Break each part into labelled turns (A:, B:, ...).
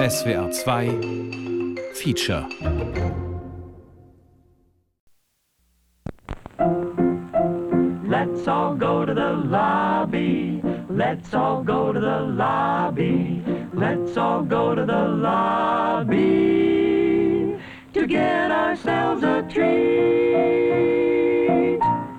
A: SWR 2 Feature.
B: Let's all go to the lobby. Let's all go to the lobby. Let's all go to the lobby to get ourselves a treat.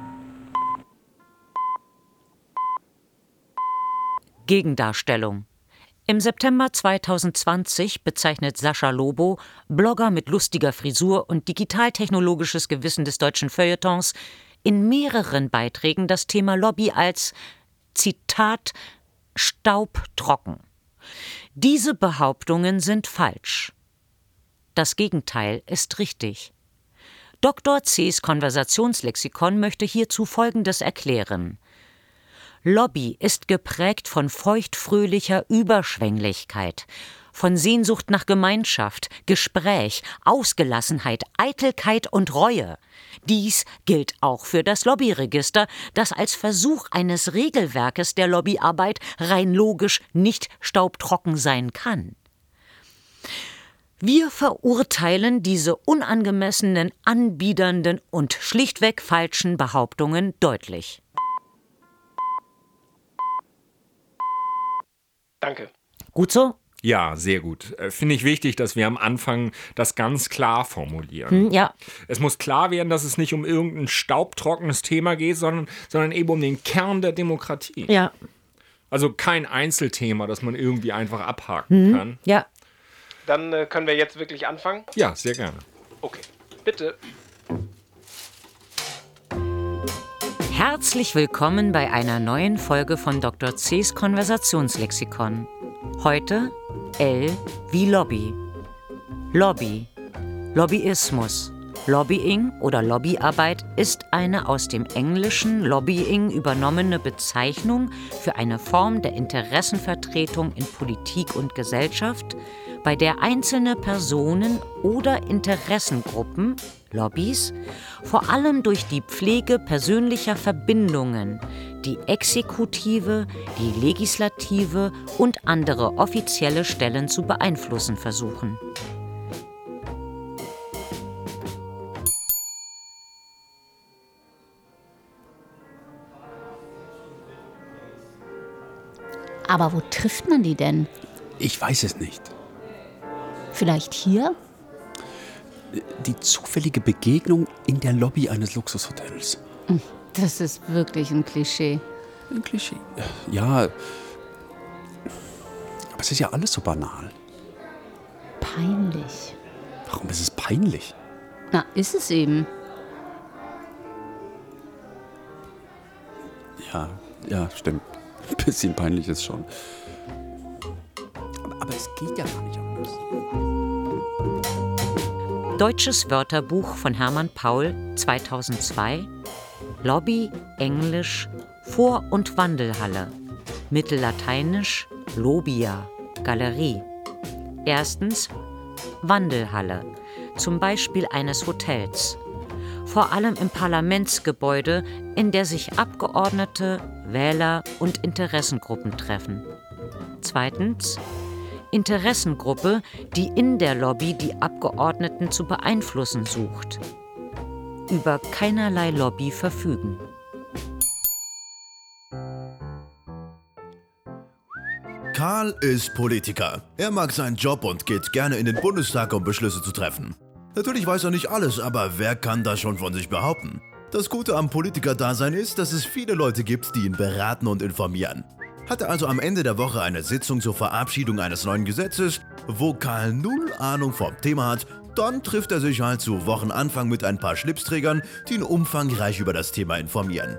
C: Gegendarstellung. Im September 2020 bezeichnet Sascha Lobo, Blogger mit lustiger Frisur und digitaltechnologisches Gewissen des deutschen Feuilletons, in mehreren Beiträgen das Thema Lobby als, Zitat, staubtrocken. Diese Behauptungen sind falsch. Das Gegenteil ist richtig. Dr. C.'s Konversationslexikon möchte hierzu Folgendes erklären. Lobby ist geprägt von feuchtfröhlicher Überschwänglichkeit, von Sehnsucht nach Gemeinschaft, Gespräch, Ausgelassenheit, Eitelkeit und Reue. Dies gilt auch für das Lobbyregister, das als Versuch eines Regelwerkes der Lobbyarbeit rein logisch nicht staubtrocken sein kann. Wir verurteilen diese unangemessenen, anbiedernden und schlichtweg falschen Behauptungen deutlich.
D: Danke.
C: Gut so?
E: Ja, sehr gut. Finde ich wichtig, dass wir am Anfang das ganz klar formulieren.
C: Ja.
E: Es muss klar werden, dass es nicht um irgendein staubtrockenes Thema geht, sondern eben um den Kern der Demokratie.
C: Ja.
E: Also kein Einzelthema, das man irgendwie einfach abhaken kann.
C: Ja.
D: Dann können wir jetzt wirklich anfangen?
E: Ja, sehr gerne.
D: Okay, bitte.
C: Herzlich willkommen bei einer neuen Folge von Dr. C.'s Konversationslexikon. Heute L wie Lobby. Lobby, Lobbyismus, Lobbying oder Lobbyarbeit ist eine aus dem englischen Lobbying übernommene Bezeichnung für eine Form der Interessenvertretung in Politik und Gesellschaft, bei der einzelne Personen oder Interessengruppen, Lobbys, vor allem durch die Pflege persönlicher Verbindungen die Exekutive, die Legislative und andere offizielle Stellen zu beeinflussen versuchen.
F: Aber wo trifft man die denn?
A: Ich weiß es nicht.
F: Vielleicht hier?
A: Die zufällige Begegnung in der Lobby eines Luxushotels.
F: Das ist wirklich ein Klischee.
A: Ein Klischee. Ja, aber es ist ja alles so banal.
F: Peinlich.
A: Warum ist es peinlich?
F: Na, ist es eben.
A: Ja, stimmt. Ein bisschen peinlich ist schon. Aber es geht ja gar nicht anders.
C: Deutsches Wörterbuch von Hermann Paul, 2002. Lobby, Englisch, Vor- und Wandelhalle. Mittellateinisch, Lobia, Galerie. Erstens, Wandelhalle, zum Beispiel eines Hotels. Vor allem im Parlamentsgebäude, in der sich Abgeordnete, Wähler und Interessengruppen treffen. Zweitens, Interessengruppe, die in der Lobby die Abgeordneten zu beeinflussen sucht. Über keinerlei Lobby verfügen.
G: Karl ist Politiker. Er mag seinen Job und geht gerne in den Bundestag, um Beschlüsse zu treffen. Natürlich weiß er nicht alles, aber wer kann das schon von sich behaupten? Das Gute am Politikerdasein ist, dass es viele Leute gibt, die ihn beraten und informieren. Hat er also am Ende der Woche eine Sitzung zur Verabschiedung eines neuen Gesetzes, wo Karl null Ahnung vom Thema hat, dann trifft er sich halt zu Wochenanfang mit ein paar Schlipsträgern, die ihn umfangreich über das Thema informieren.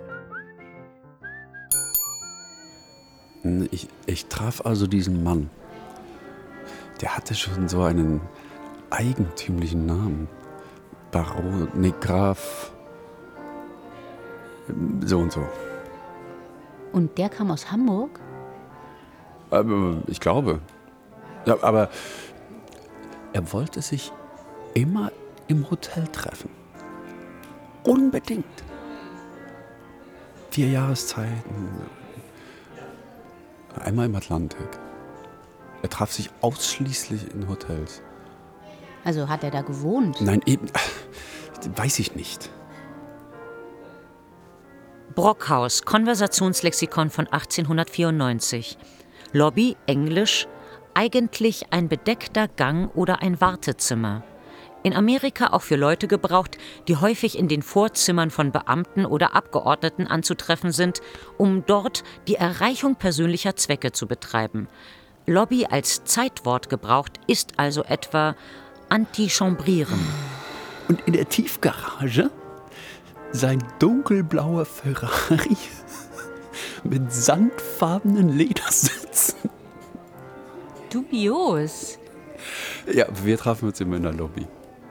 A: Ich traf also diesen Mann. Der hatte schon so einen eigentümlichen Namen. Baron, Graf, so und so.
F: Und der kam aus Hamburg?
A: Ich glaube. Ja, aber er wollte sich immer im Hotel treffen. Unbedingt. 4 Jahreszeiten. Einmal im Atlantik. Er traf sich ausschließlich in Hotels.
F: Also hat er da gewohnt?
A: Nein, eben. Weiß ich nicht.
C: Brockhaus, Konversationslexikon von 1894. Lobby, Englisch, eigentlich ein bedeckter Gang oder ein Wartezimmer. In Amerika auch für Leute gebraucht, die häufig in den Vorzimmern von Beamten oder Abgeordneten anzutreffen sind, um dort die Erreichung persönlicher Zwecke zu betreiben. Lobby als Zeitwort gebraucht ist also etwa Antichambrieren.
A: Und in der Tiefgarage sein dunkelblauer Ferrari mit sandfarbenen Ledersitzen.
F: Dubios.
A: Ja, wir trafen uns immer in der Lobby.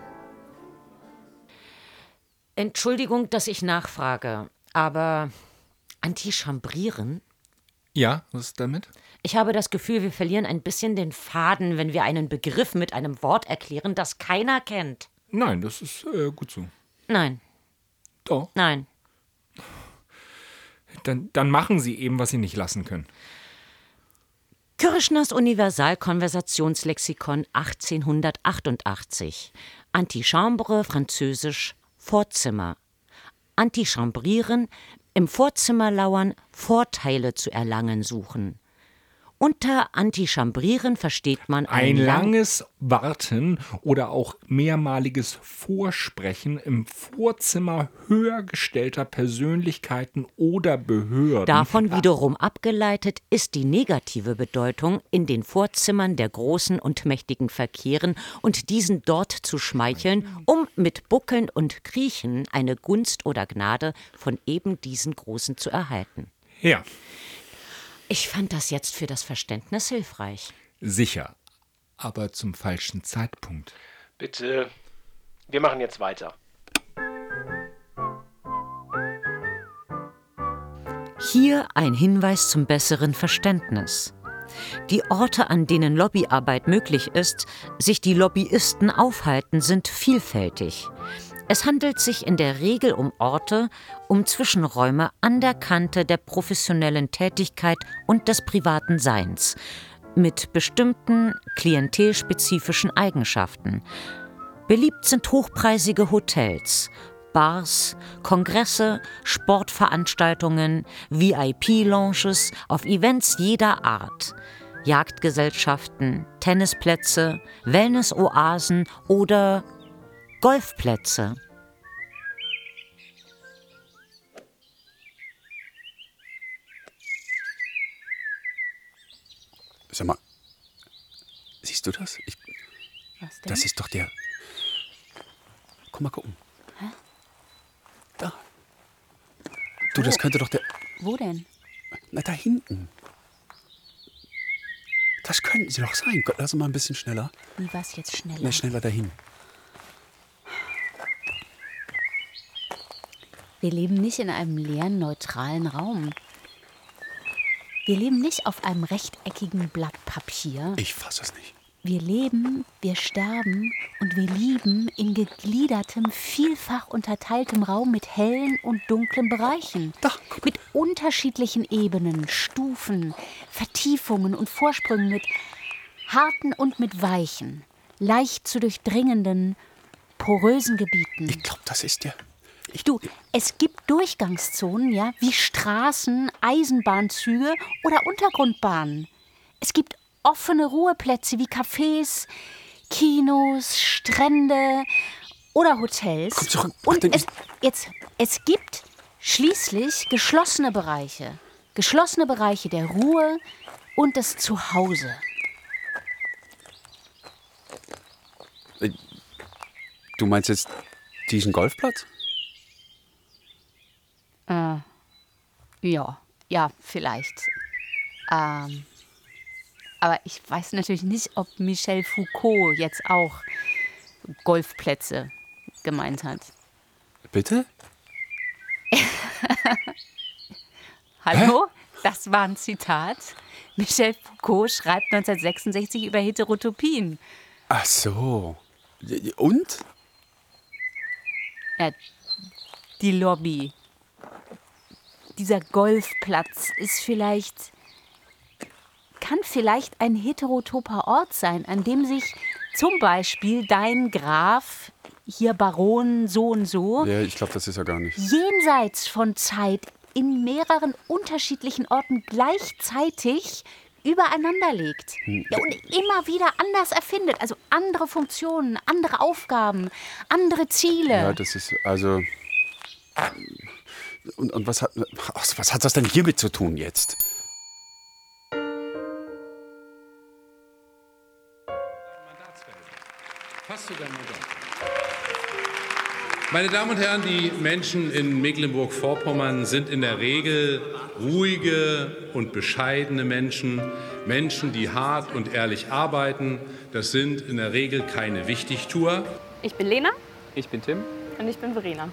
C: Entschuldigung, dass ich nachfrage, aber Antichambrieren?
E: Ja, was ist damit?
C: Ich habe das Gefühl, wir verlieren ein bisschen den Faden, wenn wir einen Begriff mit einem Wort erklären, das keiner kennt.
E: Nein, das ist gut so.
C: Nein,
E: Doch.
C: nein.
E: Dann machen Sie eben, was Sie nicht lassen können.
C: Kürschners Universalkonversationslexikon 1888. Antichambre, französisch Vorzimmer. Antichambrieren, im Vorzimmer lauern, Vorteile zu erlangen suchen. Unter Antichambrieren versteht man
E: Ein langes Warten oder auch mehrmaliges Vorsprechen im Vorzimmer höher gestellter Persönlichkeiten oder Behörden.
C: Davon wiederum abgeleitet ist die negative Bedeutung, in den Vorzimmern der Großen und Mächtigen verkehren und diesen dort zu schmeicheln, um mit Buckeln und Kriechen eine Gunst oder Gnade von eben diesen Großen zu erhalten.
E: Ja,
C: Ich fand das jetzt für das Verständnis hilfreich.
E: sicher. Aber zum falschen Zeitpunkt.
D: Bitte, wir machen jetzt weiter.
C: Hier ein Hinweis zum besseren Verständnis. Die Orte, an denen Lobbyarbeit möglich ist, sich die Lobbyisten aufhalten, sind vielfältig. Es handelt sich in der Regel um Orte, um Zwischenräume an der Kante der professionellen Tätigkeit und des privaten Seins, mit bestimmten klientelspezifischen Eigenschaften. Beliebt sind hochpreisige Hotels, Bars, Kongresse, Sportveranstaltungen, VIP-Lounges auf Events jeder Art, Jagdgesellschaften, Tennisplätze, Wellness-Oasen oder Golfplätze.
A: Sag mal, siehst du das?
F: Was denn?
A: Das ist doch der... Komm mal gucken.
F: Hä?
A: Da. Du, das könnte doch der...
F: Wo denn?
A: Na, da hinten. Das könnten sie doch sein. Gott, lass mal ein bisschen schneller.
F: Wie war's jetzt schneller?
A: Na, schneller dahin.
F: Wir leben nicht in einem leeren, neutralen Raum. Wir leben nicht auf einem rechteckigen Blatt Papier.
A: Ich fasse es nicht.
F: Wir leben, wir sterben und wir lieben in gegliedertem, vielfach unterteiltem Raum mit hellen und dunklen Bereichen.
A: Da,
F: mit unterschiedlichen Ebenen, Stufen, Vertiefungen und Vorsprüngen, mit harten und mit weichen, leicht zu durchdringenden, porösen Gebieten.
A: Ich glaube, das ist der...
F: Du, es gibt Durchgangszonen, ja, wie Straßen, Eisenbahnzüge oder Untergrundbahnen. Es gibt offene Ruheplätze wie Cafés, Kinos, Strände oder Hotels.
A: Komm zurück, mach
F: Und
A: den
F: es gibt schließlich geschlossene Bereiche. Geschlossene Bereiche der Ruhe und des Zuhause.
A: Du meinst jetzt diesen Golfplatz?
F: Ja, vielleicht. Aber ich weiß natürlich nicht, ob Michel Foucault jetzt auch Golfplätze gemeint hat.
A: Bitte?
F: Hallo? Das war ein Zitat. Michel Foucault schreibt 1966 über Heterotopien.
A: Ach so. Und?
F: Die Lobby. Dieser Golfplatz ist vielleicht kann vielleicht ein heterotoper Ort sein, an dem sich zum Beispiel dein Graf, hier Baron so und so,
A: Ja, ich glaube, das ist er gar nicht.
F: jenseits von Zeit in mehreren unterschiedlichen Orten gleichzeitig übereinander legt. Ja, und immer wieder anders erfindet. Also andere Funktionen, andere Aufgaben, andere Ziele.
A: Ja, das ist, also... Und was hat das denn hiermit zu tun jetzt?
H: Meine Damen und Herren, die Menschen in Mecklenburg-Vorpommern sind in der Regel ruhige und bescheidene Menschen, die hart und ehrlich arbeiten. Das sind in der Regel keine Wichtigtuer.
I: Ich bin Lena.
J: Ich bin Tim.
I: Und ich bin Verena.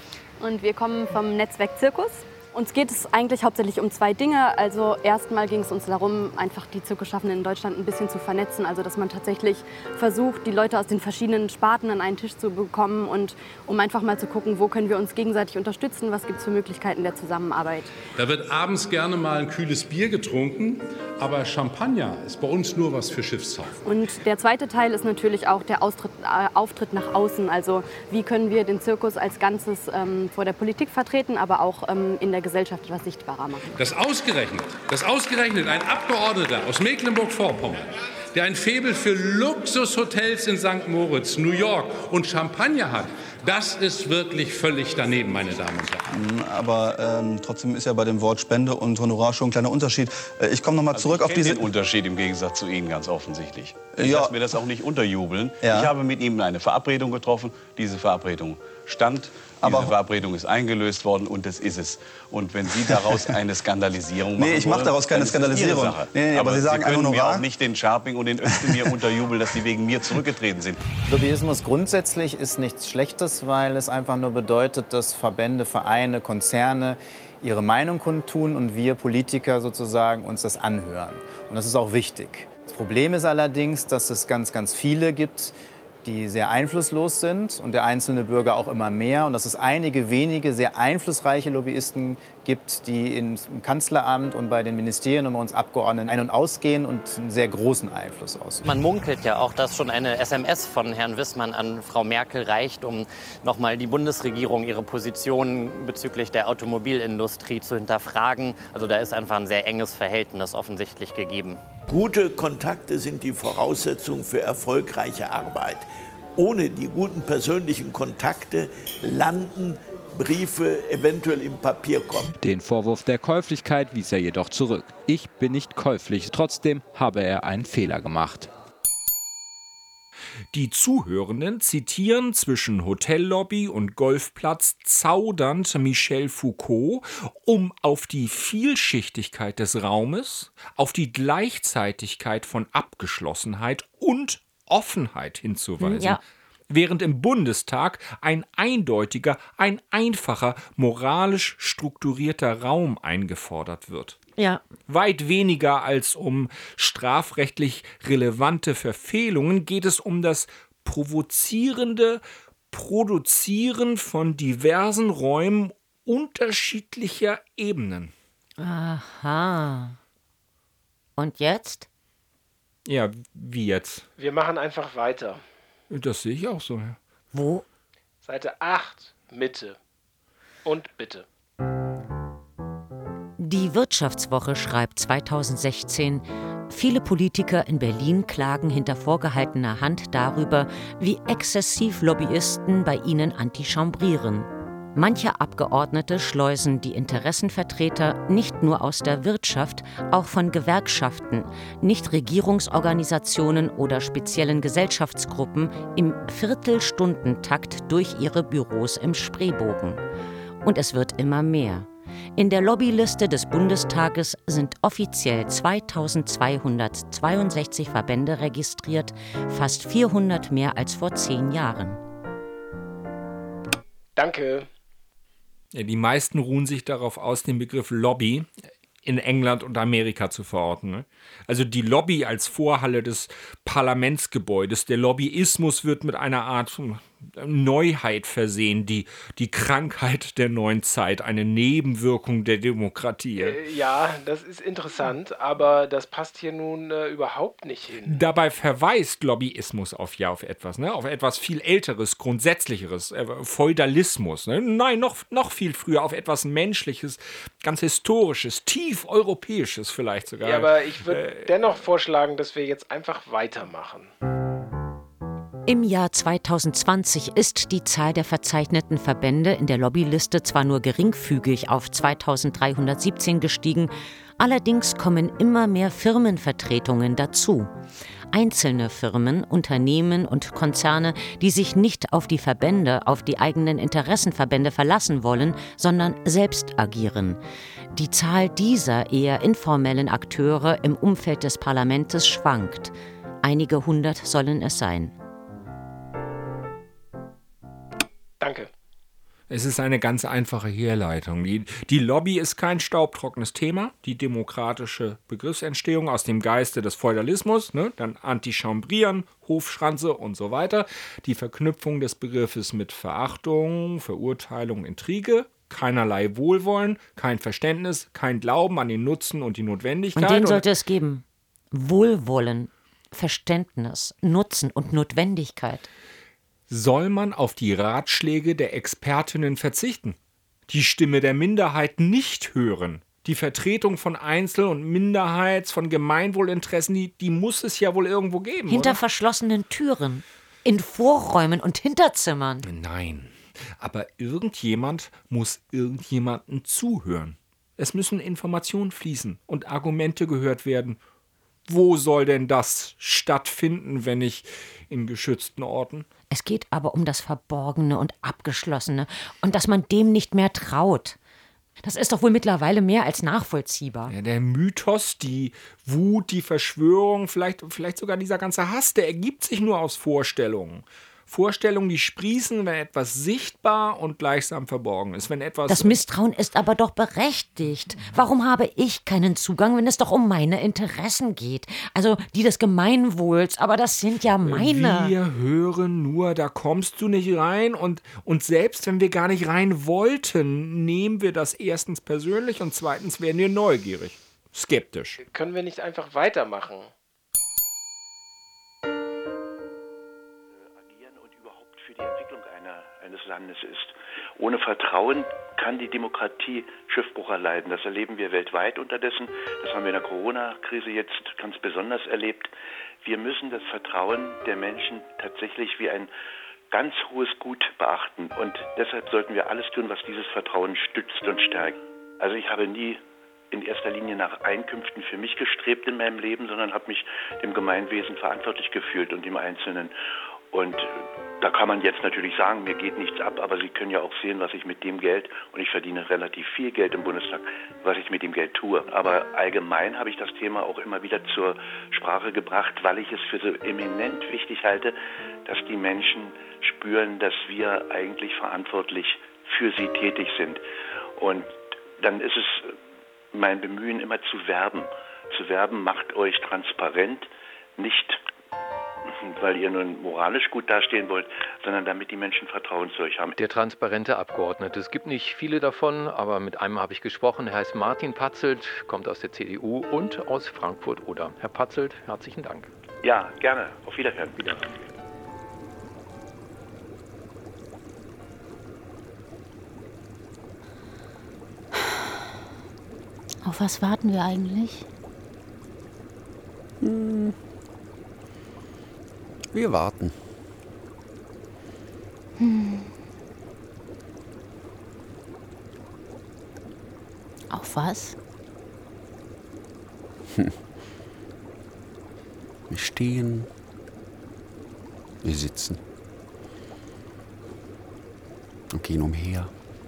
I: Und wir kommen vom Netzwerk Zirkus. Uns geht es eigentlich hauptsächlich um 2 Dinge. Also erstmal ging es uns darum, einfach die Zirkusschaffenden in Deutschland ein bisschen zu vernetzen. Also dass man tatsächlich versucht, die Leute aus den verschiedenen Sparten an einen Tisch zu bekommen und um einfach mal zu gucken, wo können wir uns gegenseitig unterstützen, was gibt es für Möglichkeiten der Zusammenarbeit.
H: Da wird abends gerne mal ein kühles Bier getrunken, aber Champagner ist bei uns nur was für Schiffstaufen.
I: Und der zweite Teil ist natürlich auch der Auftritt nach außen. Also wie können wir den Zirkus als Ganzes vor der Politik vertreten, aber auch in der Gesellschaft etwas sichtbarer machen.
H: Dass ausgerechnet ein Abgeordneter aus Mecklenburg-Vorpommern, der ein Faible für Luxushotels in St. Moritz, New York und Champagner hat, das ist wirklich völlig daneben, meine Damen und Herren.
K: Aber trotzdem ist ja bei dem Wort Spende und Honorar schon ein kleiner Unterschied. Ich komme noch mal zurück auf diesen
L: Unterschied im Gegensatz zu Ihnen ganz offensichtlich. Ich
K: Ja.
L: lasse mir das auch nicht unterjubeln.
K: Ja.
L: Ich habe mit ihm eine Verabredung getroffen. Diese Verabredung stand. Diese Verabredung ist eingelöst worden und das ist es. Und wenn Sie daraus eine Skandalisierung machen
K: Nee, ich mache
L: wollen,
K: daraus keine
L: dann ist das Ihre
K: Skandalisierung.
L: Sache.
K: Nee, aber Sie sagen
L: können
K: ein Honorar?
L: mir auch nicht den Scharping und den Özdemir unterjubeln, dass sie wegen mir zurückgetreten sind.
J: Lobbyismus grundsätzlich ist nichts Schlechtes, weil es einfach nur bedeutet, dass Verbände, Vereine, Konzerne ihre Meinung kundtun und wir Politiker sozusagen uns das anhören. Und das ist auch wichtig. Das Problem ist allerdings, dass es ganz, ganz viele gibt, die sehr einflusslos sind und der einzelne Bürger auch immer mehr. Und dass es einige wenige sehr einflussreiche Lobbyisten gibt, die im Kanzleramt und bei den Ministerien und bei uns Abgeordneten ein- und ausgehen und einen sehr großen Einfluss ausüben.
M: Man munkelt ja auch, dass schon eine SMS von Herrn Wissmann an Frau Merkel reicht, um nochmal die Bundesregierung ihre Position bezüglich der Automobilindustrie zu hinterfragen. Also da ist einfach ein sehr enges Verhältnis offensichtlich gegeben.
N: Gute Kontakte sind die Voraussetzung für erfolgreiche Arbeit. Ohne die guten persönlichen Kontakte landen Briefe eventuell im Papierkorb.
O: Den Vorwurf der Käuflichkeit wies er jedoch zurück. Ich bin nicht käuflich, trotzdem habe er einen Fehler gemacht.
E: Die Zuhörenden zitieren zwischen Hotellobby und Golfplatz zaudernd Michel Foucault, um auf die Vielschichtigkeit des Raumes, auf die Gleichzeitigkeit von Abgeschlossenheit und Offenheit hinzuweisen.
C: Ja.
E: Während im Bundestag ein eindeutiger, ein einfacher, moralisch strukturierter Raum eingefordert wird.
C: Ja.
E: Weit weniger als um strafrechtlich relevante Verfehlungen geht es um das provozierende Produzieren von diversen Räumen unterschiedlicher Ebenen.
C: Aha. Und jetzt?
E: Ja, wie jetzt?
D: Wir machen einfach weiter.
E: Das sehe ich auch so. Ja.
C: Wo?
D: Seite 8, Mitte. Und bitte.
C: Die Wirtschaftswoche schreibt 2016, viele Politiker in Berlin klagen hinter vorgehaltener Hand darüber, wie exzessiv Lobbyisten bei ihnen antichambrieren. Manche Abgeordnete schleusen die Interessenvertreter nicht nur aus der Wirtschaft, auch von Gewerkschaften, Nichtregierungsorganisationen oder speziellen Gesellschaftsgruppen im Viertelstundentakt durch ihre Büros im Spreebogen. Und es wird immer mehr. In der Lobbyliste des Bundestages sind offiziell 2262 Verbände registriert, fast 400 mehr als vor 10 Jahren.
D: Danke.
E: Ja, die meisten ruhen sich darauf aus, den Begriff Lobby in England und Amerika zu verorten. Ne? Also die Lobby als Vorhalle des Parlamentsgebäudes. Der Lobbyismus wird mit einer Art Neuheit versehen, die Krankheit der neuen Zeit, eine Nebenwirkung der Demokratie.
D: Ja, das ist interessant, aber das passt hier nun überhaupt nicht hin.
E: Dabei verweist Lobbyismus auf etwas, ne? Auf etwas viel Älteres, Grundsätzlicheres, Feudalismus. Ne? Nein, noch viel früher, auf etwas Menschliches, ganz Historisches, tief Europäisches vielleicht sogar.
D: Ja, aber ich würde dennoch vorschlagen, dass wir jetzt einfach weitermachen.
C: Im Jahr 2020 ist die Zahl der verzeichneten Verbände in der Lobbyliste zwar nur geringfügig auf 2317 gestiegen, allerdings kommen immer mehr Firmenvertretungen dazu. Einzelne Firmen, Unternehmen und Konzerne, die sich nicht auf die Verbände, auf die eigenen Interessenverbände verlassen wollen, sondern selbst agieren. Die Zahl dieser eher informellen Akteure im Umfeld des Parlaments schwankt. Einige hundert sollen es sein.
D: Danke.
E: Es ist eine ganz einfache Herleitung. Die Lobby ist kein staubtrockenes Thema. Die demokratische Begriffsentstehung aus dem Geiste des Feudalismus, ne? Dann Antichambrieren, Hofschranze und so weiter. Die Verknüpfung des Begriffes mit Verachtung, Verurteilung, Intrige. Keinerlei Wohlwollen, kein Verständnis, kein Glauben an den Nutzen und die Notwendigkeit.
C: Und den sollte es geben. Wohlwollen, Verständnis, Nutzen und Notwendigkeit.
E: Soll man auf die Ratschläge der Expertinnen verzichten? Die Stimme der Minderheit nicht hören? Die Vertretung von Einzel- und von Gemeinwohlinteressen, die muss es ja wohl irgendwo geben,
C: Hinter
E: oder?
C: verschlossenen Türen, in Vorräumen und Hinterzimmern.
E: Nein, aber irgendjemand muss irgendjemandem zuhören. Es müssen Informationen fließen und Argumente gehört werden. Wo soll denn das stattfinden, wenn nicht in geschützten Orten?
C: Es geht aber um das Verborgene und Abgeschlossene und dass man dem nicht mehr traut. Das ist doch wohl mittlerweile mehr als nachvollziehbar.
E: Ja, der Mythos, die Wut, die Verschwörung, vielleicht sogar dieser ganze Hass, der ergibt sich nur aus Vorstellungen. Vorstellungen, die sprießen, wenn etwas sichtbar und gleichsam verborgen ist. Wenn etwas
C: das Misstrauen ist aber doch berechtigt. Warum habe ich keinen Zugang, wenn es doch um meine Interessen geht? Also die des Gemeinwohls, aber das sind ja meine.
E: Wir hören nur, da kommst du nicht rein und selbst wenn wir gar nicht rein wollten, nehmen wir das erstens persönlich und zweitens werden wir neugierig, skeptisch.
D: Können wir nicht einfach weitermachen?
P: Eines Landes ist. Ohne Vertrauen kann die Demokratie Schiffbruch erleiden. Das erleben wir weltweit unterdessen. Das haben wir in der Corona-Krise jetzt ganz besonders erlebt. Wir müssen das Vertrauen der Menschen tatsächlich wie ein ganz hohes Gut beachten. Und deshalb sollten wir alles tun, was dieses Vertrauen stützt und stärkt. Also ich habe nie in erster Linie nach Einkünften für mich gestrebt in meinem Leben, sondern habe mich dem Gemeinwesen verantwortlich gefühlt und dem Einzelnen. Und da kann man jetzt natürlich sagen, mir geht nichts ab, aber Sie können ja auch sehen, was ich mit dem Geld, und ich verdiene relativ viel Geld im Bundestag, was ich mit dem Geld tue. Aber allgemein habe ich das Thema auch immer wieder zur Sprache gebracht, weil ich es für so eminent wichtig halte, dass die Menschen spüren, dass wir eigentlich verantwortlich für sie tätig sind. Und dann ist es mein Bemühen, immer zu werben. Zu werben, macht euch transparent, nicht weil ihr nun moralisch gut dastehen wollt, sondern damit die Menschen Vertrauen zu euch haben.
Q: Der transparente Abgeordnete. Es gibt nicht viele davon, aber mit einem habe ich gesprochen. Er heißt Martin Patzelt, kommt aus der CDU und aus Frankfurt-Oder. Herr Patzelt, herzlichen Dank.
P: Ja, gerne. Auf Wiederhören.
F: Auf was warten wir eigentlich?
A: Wir warten.
F: Auf was?
A: Wir stehen. Wir sitzen. Und gehen umher.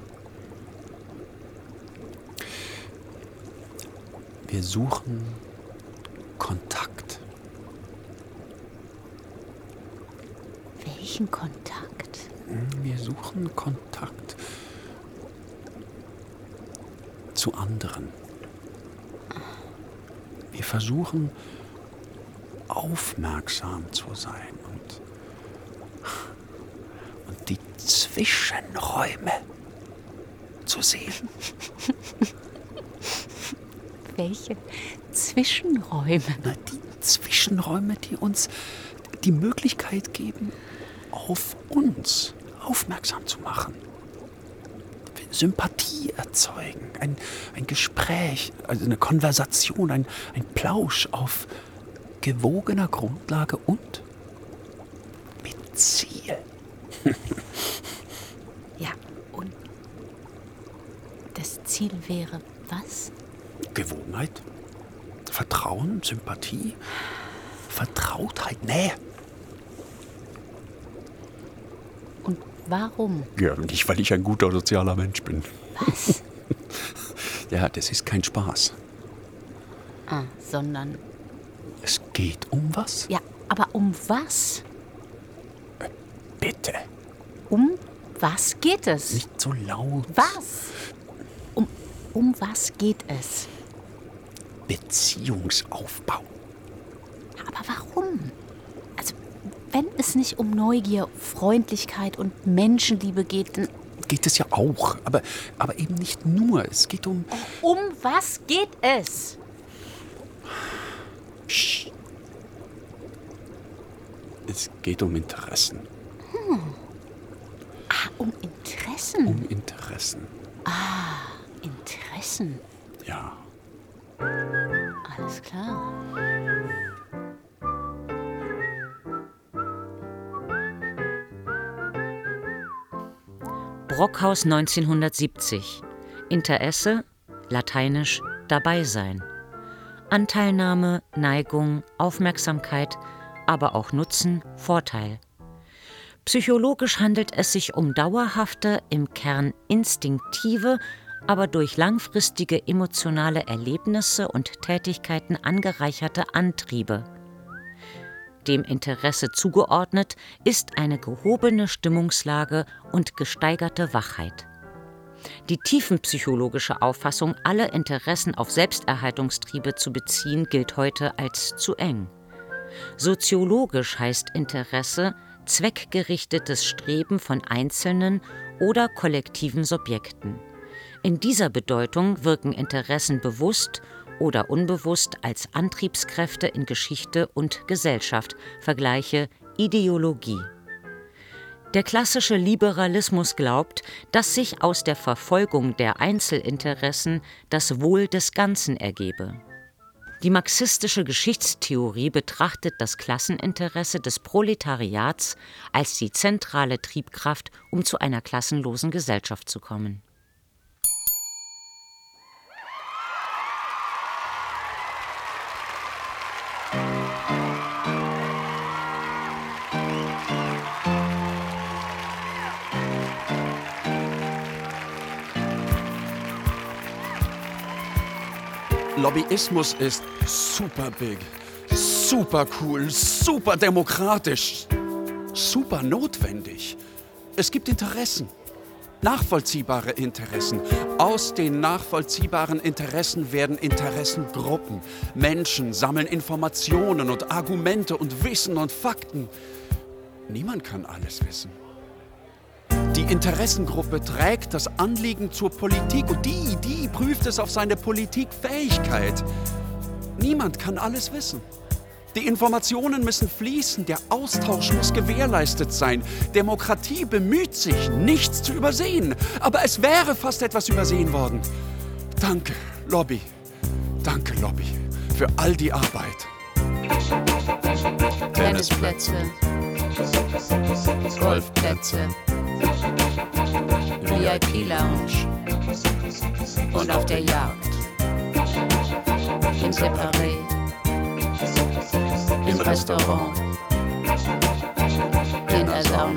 A: Wir suchen Kontakt.
F: Welchen Kontakt?
A: Wir suchen Kontakt zu anderen. Wir versuchen aufmerksam zu sein und die Zwischenräume zu sehen.
F: Welche Zwischenräume?
A: Die Zwischenräume, die uns die Möglichkeit geben, auf uns aufmerksam zu machen. Sympathie erzeugen, ein Gespräch, also eine Konversation, ein Plausch auf gewogener Grundlage und mit Ziel.
F: Ja, und das Ziel wäre was?
A: Gewogenheit, Vertrauen, Sympathie, Vertrautheit, Nähe.
F: Und warum?
A: Ja, nicht, weil ich ein guter sozialer Mensch bin.
F: Was?
A: Ja, das ist kein Spaß.
F: Sondern...
A: Es geht um was?
F: Ja, aber um was?
A: Bitte.
F: Um was geht es?
A: Nicht so laut.
F: Was? Um was geht es?
A: Beziehungsaufbau.
F: Aber warum? Also, wenn es nicht um Neugier, Freundlichkeit und Menschenliebe geht, dann...
A: Geht es ja auch, aber eben nicht nur. Es geht um...
F: Um was geht es?
A: Psst. Es geht um Interessen.
F: Um Interessen?
A: Um Interessen.
F: Interessen.
A: Ja.
F: Alles klar.
C: Brockhaus 1970. Interesse, lateinisch dabei sein. Anteilnahme, Neigung, Aufmerksamkeit, aber auch Nutzen, Vorteil. Psychologisch handelt es sich um dauerhafte, im Kern instinktive, aber durch langfristige emotionale Erlebnisse und Tätigkeiten angereicherte Antriebe. Dem Interesse zugeordnet ist eine gehobene Stimmungslage und gesteigerte Wachheit. Die tiefenpsychologische Auffassung, alle Interessen auf Selbsterhaltungstriebe zu beziehen, gilt heute als zu eng. Soziologisch heißt Interesse zweckgerichtetes Streben von einzelnen oder kollektiven Subjekten. In dieser Bedeutung wirken Interessen bewusst oder unbewusst als Antriebskräfte in Geschichte und Gesellschaft, vergleiche Ideologie. Der klassische Liberalismus glaubt, dass sich aus der Verfolgung der Einzelinteressen das Wohl des Ganzen ergebe. Die marxistische Geschichtstheorie betrachtet das Klasseninteresse des Proletariats als die zentrale Triebkraft, um zu einer klassenlosen Gesellschaft zu kommen.
A: Lobbyismus ist super big, super cool, super demokratisch, super notwendig. Es gibt Interessen, nachvollziehbare Interessen. Aus den nachvollziehbaren Interessen werden Interessengruppen. Menschen sammeln Informationen und Argumente und Wissen und Fakten. Niemand kann alles wissen. Die Interessengruppe trägt das Anliegen zur Politik und die prüft es auf seine Politikfähigkeit. Niemand kann alles wissen. Die Informationen müssen fließen, der Austausch muss gewährleistet sein. Demokratie bemüht sich, nichts zu übersehen. Aber es wäre fast etwas übersehen worden. Danke, Lobby. Danke, Lobby, für all die Arbeit.
F: Tennisplätze, Golfplätze, VIP-Lounge und auf der Jagd, im Separé, im Restaurant, in der Sauna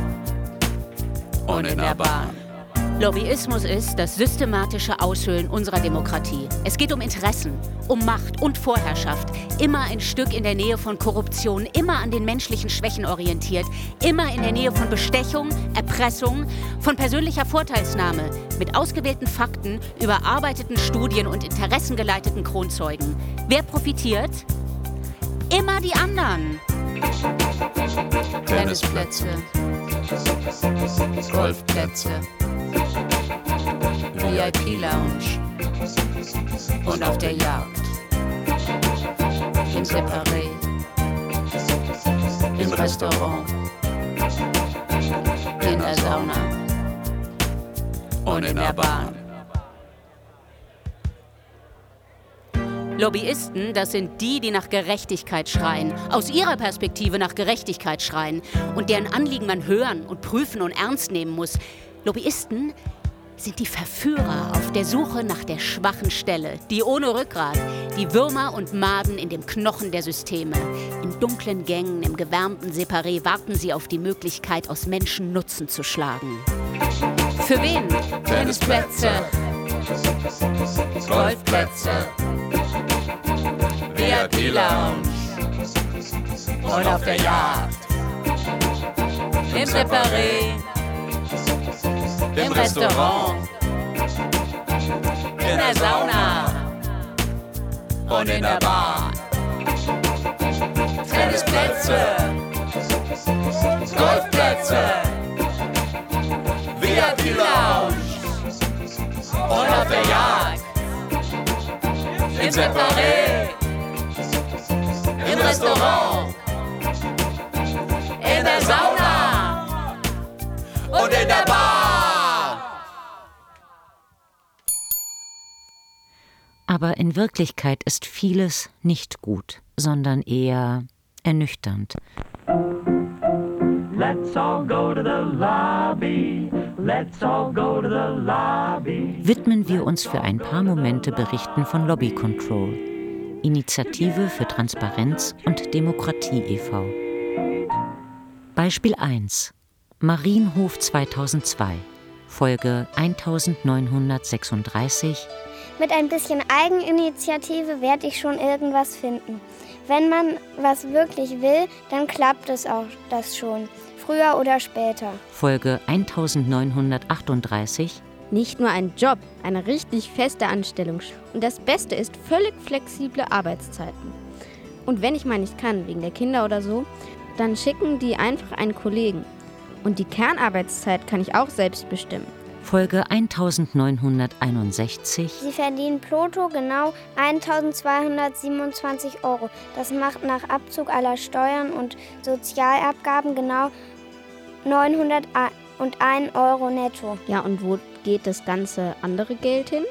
F: und in der Bahn. Lobbyismus ist das systematische Aushöhlen unserer Demokratie. Es geht um Interessen, um Macht und Vorherrschaft. Immer ein Stück in der Nähe von Korruption, immer an den menschlichen Schwächen orientiert, immer in der Nähe von Bestechung, Erpressung, von persönlicher Vorteilsnahme, mit ausgewählten Fakten, überarbeiteten Studien und interessengeleiteten Kronzeugen. Wer profitiert? Immer die anderen. Tennisplätze, Golfplätze, VIP-Lounge und auf der Jagd, im Separé, im Restaurant, in der Sauna und in der Bahn. Lobbyisten, das sind die, die nach Gerechtigkeit schreien, aus ihrer Perspektive nach Gerechtigkeit schreien und deren Anliegen man hören und prüfen und ernst nehmen muss. Lobbyisten sind die Verführer auf der Suche nach der schwachen Stelle, die ohne Rückgrat, die Würmer und Maden in dem Knochen der Systeme. In dunklen Gängen, im gewärmten Separé warten sie auf die Möglichkeit, aus Menschen Nutzen zu schlagen. Für wen? Tennisplätze, Golfplätze, VIP-Lounge und auf der Jagd, im Separé, im Restaurant, in der Sauna und in der Bahn. Tennisplätze, Golfplätze, VIP-Lounge und auf der Jagd, im Separé, im Restaurant, in der Sauna und in der Bar.
C: Aber in Wirklichkeit ist vieles nicht gut, sondern eher ernüchternd.
B: Let's all go to the lobby. Let's all go to the lobby.
C: Widmen wir uns für ein paar Momente Berichten von Lobby Control, Initiative für Transparenz und Demokratie e.V. Beispiel 1: Marienhof 2002, Folge 1936.
R: Mit ein bisschen Eigeninitiative werde ich schon irgendwas finden. Wenn man was wirklich will, dann klappt es auch das schon, früher oder später.
C: Folge 1938.
S: Nicht nur ein Job, eine richtig feste Anstellung. Und das Beste ist völlig flexible Arbeitszeiten. Und wenn ich mal nicht kann, wegen der Kinder oder so, dann schicken die einfach einen Kollegen. Und die Kernarbeitszeit kann ich auch selbst bestimmen.
C: Folge 1961.
R: Sie verdienen brutto genau 1.227 €. Das macht nach Abzug aller Steuern und Sozialabgaben genau 901 € netto.
S: Ja, und wo geht das ganze andere Geld hin?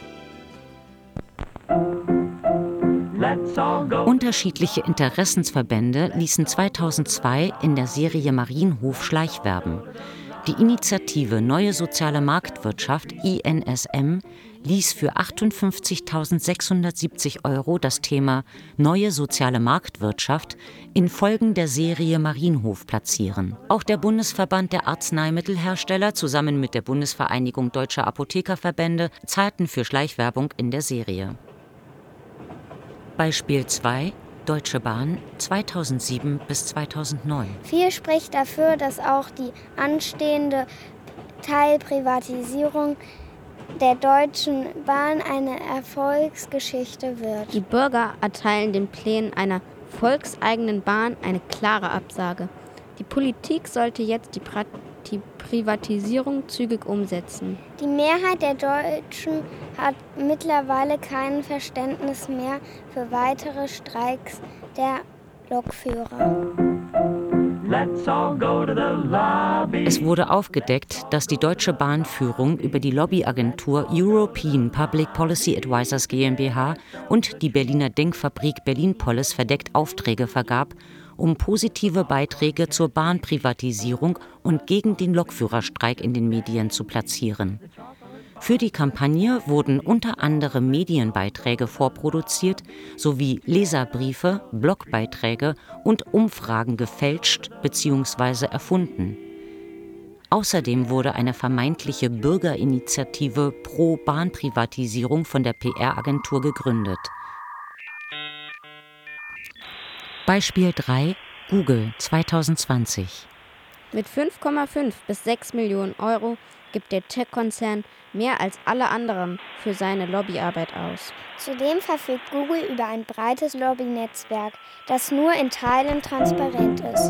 C: Unterschiedliche Interessensverbände ließen 2002 in der Serie Marienhof Schleichwerben. Die Initiative Neue Soziale Marktwirtschaft, INSM, ließ für 58.670 € das Thema Neue Soziale Marktwirtschaft in Folgen der Serie Marienhof platzieren. Auch der Bundesverband der Arzneimittelhersteller zusammen mit der Bundesvereinigung Deutscher Apothekerverbände zahlten für Schleichwerbung in der Serie. Beispiel 2: Deutsche Bahn 2007 bis 2009.
R: Viel spricht dafür, dass auch die anstehende Teilprivatisierung der Deutschen Bahn eine Erfolgsgeschichte wird.
S: Die Bürger erteilen den Plänen einer volkseigenen Bahn eine klare Absage. Die Politik sollte jetzt die Privatisierung zügig umsetzen.
R: Die Mehrheit der Deutschen hat mittlerweile kein Verständnis mehr für weitere Streiks der Lokführer.
C: Es wurde aufgedeckt, dass die Deutsche Bahnführung über die Lobbyagentur European Public Policy Advisors GmbH und die Berliner Denkfabrik Berlin-Polis verdeckt Aufträge vergab, um positive Beiträge zur Bahnprivatisierung und gegen den Lokführerstreik in den Medien zu platzieren. Für die Kampagne wurden unter anderem Medienbeiträge vorproduziert sowie Leserbriefe, Blogbeiträge und Umfragen gefälscht bzw. erfunden. Außerdem wurde eine vermeintliche Bürgerinitiative pro Bahnprivatisierung von der PR-Agentur gegründet. Beispiel 3: Google 2020.
S: Mit 5,5 bis 6 Millionen € gibt der Tech-Konzern mehr als alle anderen für seine Lobbyarbeit aus.
R: Zudem verfügt Google über ein breites Lobbynetzwerk, das nur in Teilen transparent ist.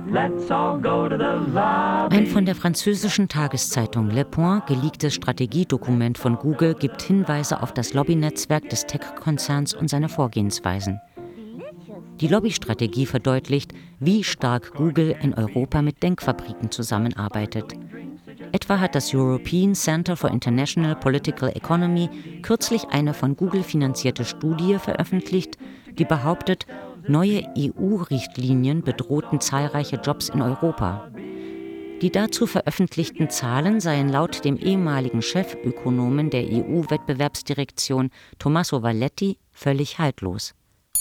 C: Ein von der französischen Tageszeitung Le Point geleaktes Strategiedokument von Google gibt Hinweise auf das Lobbynetzwerk des Tech-Konzerns und seine Vorgehensweisen. Die Lobbystrategie verdeutlicht, wie stark Google in Europa mit Denkfabriken zusammenarbeitet. Etwa hat das European Center for International Political Economy kürzlich eine von Google finanzierte Studie veröffentlicht, die behauptet, neue EU-Richtlinien bedrohten zahlreiche Jobs in Europa. Die dazu veröffentlichten Zahlen seien laut dem ehemaligen Chefökonomen der EU-Wettbewerbsdirektion Tommaso Valletti völlig haltlos.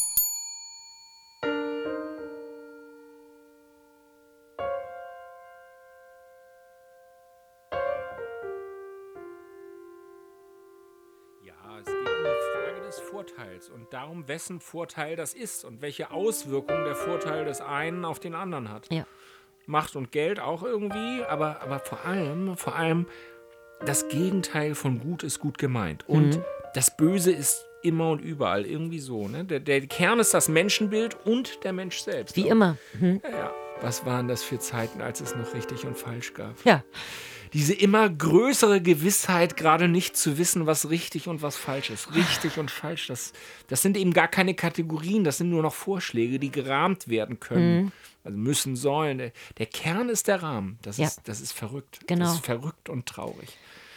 E: Vorteils und darum, wessen Vorteil das ist und welche Auswirkungen der Vorteil des einen auf den anderen hat.
C: Ja.
E: Macht und Geld auch irgendwie, aber vor allem das Gegenteil von gut ist gut gemeint. Und das Böse ist immer und überall irgendwie so. Ne? Der Kern ist das Menschenbild und der Mensch selbst.
C: Wie immer.
E: Ja. Was waren das für Zeiten, als es noch richtig und falsch gab?
C: Ja.
E: Diese immer größere Gewissheit, gerade nicht zu wissen, was richtig und was falsch ist. Richtig und falsch, das sind eben gar keine Kategorien, das sind nur noch Vorschläge, die gerahmt werden können. Also müssen, sollen. Der Kern ist der Rahmen. Das ist verrückt.
C: Genau.
E: Das ist verrückt und traurig.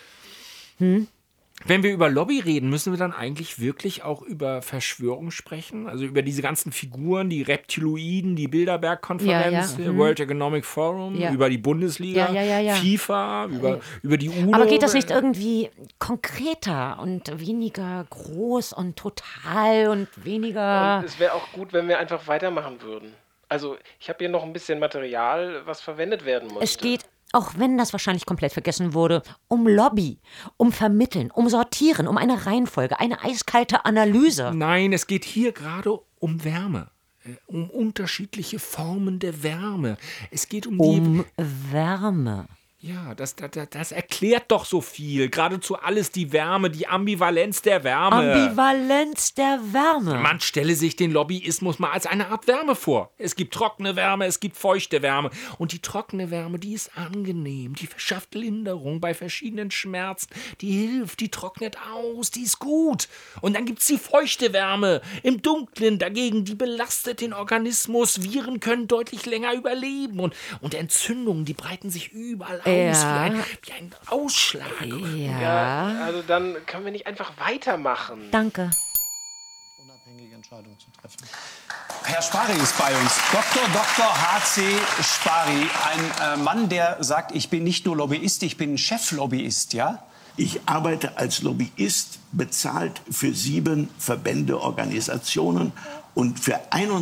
E: Wenn wir über Lobby reden, müssen wir dann eigentlich wirklich auch über Verschwörung sprechen? Also über diese ganzen Figuren, die Reptiloiden, die Bilderberg-Konferenz, World Economic Forum, über die Bundesliga, FIFA, über die UNO.
C: Aber geht das nicht irgendwie konkreter und weniger groß und total und weniger...
D: Und es wäre auch gut, wenn wir einfach weitermachen würden. Also ich habe hier noch ein bisschen Material, was verwendet werden muss.
C: Es geht, auch wenn das wahrscheinlich komplett vergessen wurde, um Lobby, um Vermitteln, um Sortieren, um eine Reihenfolge, eine eiskalte Analyse.
E: Nein, es geht hier gerade um Wärme, um unterschiedliche Formen der Wärme. Es geht um
C: Wärme.
E: Ja, das erklärt doch so viel. Geradezu alles die Wärme, die Ambivalenz der Wärme.
C: Ambivalenz der Wärme.
E: Man stelle sich den Lobbyismus mal als eine Art Wärme vor. Es gibt trockene Wärme, es gibt feuchte Wärme. Und die trockene Wärme, die ist angenehm. Die verschafft Linderung bei verschiedenen Schmerzen. Die hilft, die trocknet aus, die ist gut. Und dann gibt's die feuchte Wärme im Dunklen dagegen. Die belastet den Organismus. Viren können deutlich länger überleben. Und Entzündungen, die breiten sich überall aus. Wie ein Ausschlag.
D: Ja, also dann können wir nicht einfach weitermachen.
C: Danke.
T: Unabhängige Entscheidungen zu treffen. Herr Spary ist bei uns. Dr. H.C. Spary. Ein Mann, der sagt, ich bin nicht nur Lobbyist, ich bin Cheflobbyist, ja?
N: Ich arbeite als Lobbyist, bezahlt für 7 Verbände, Organisationen und für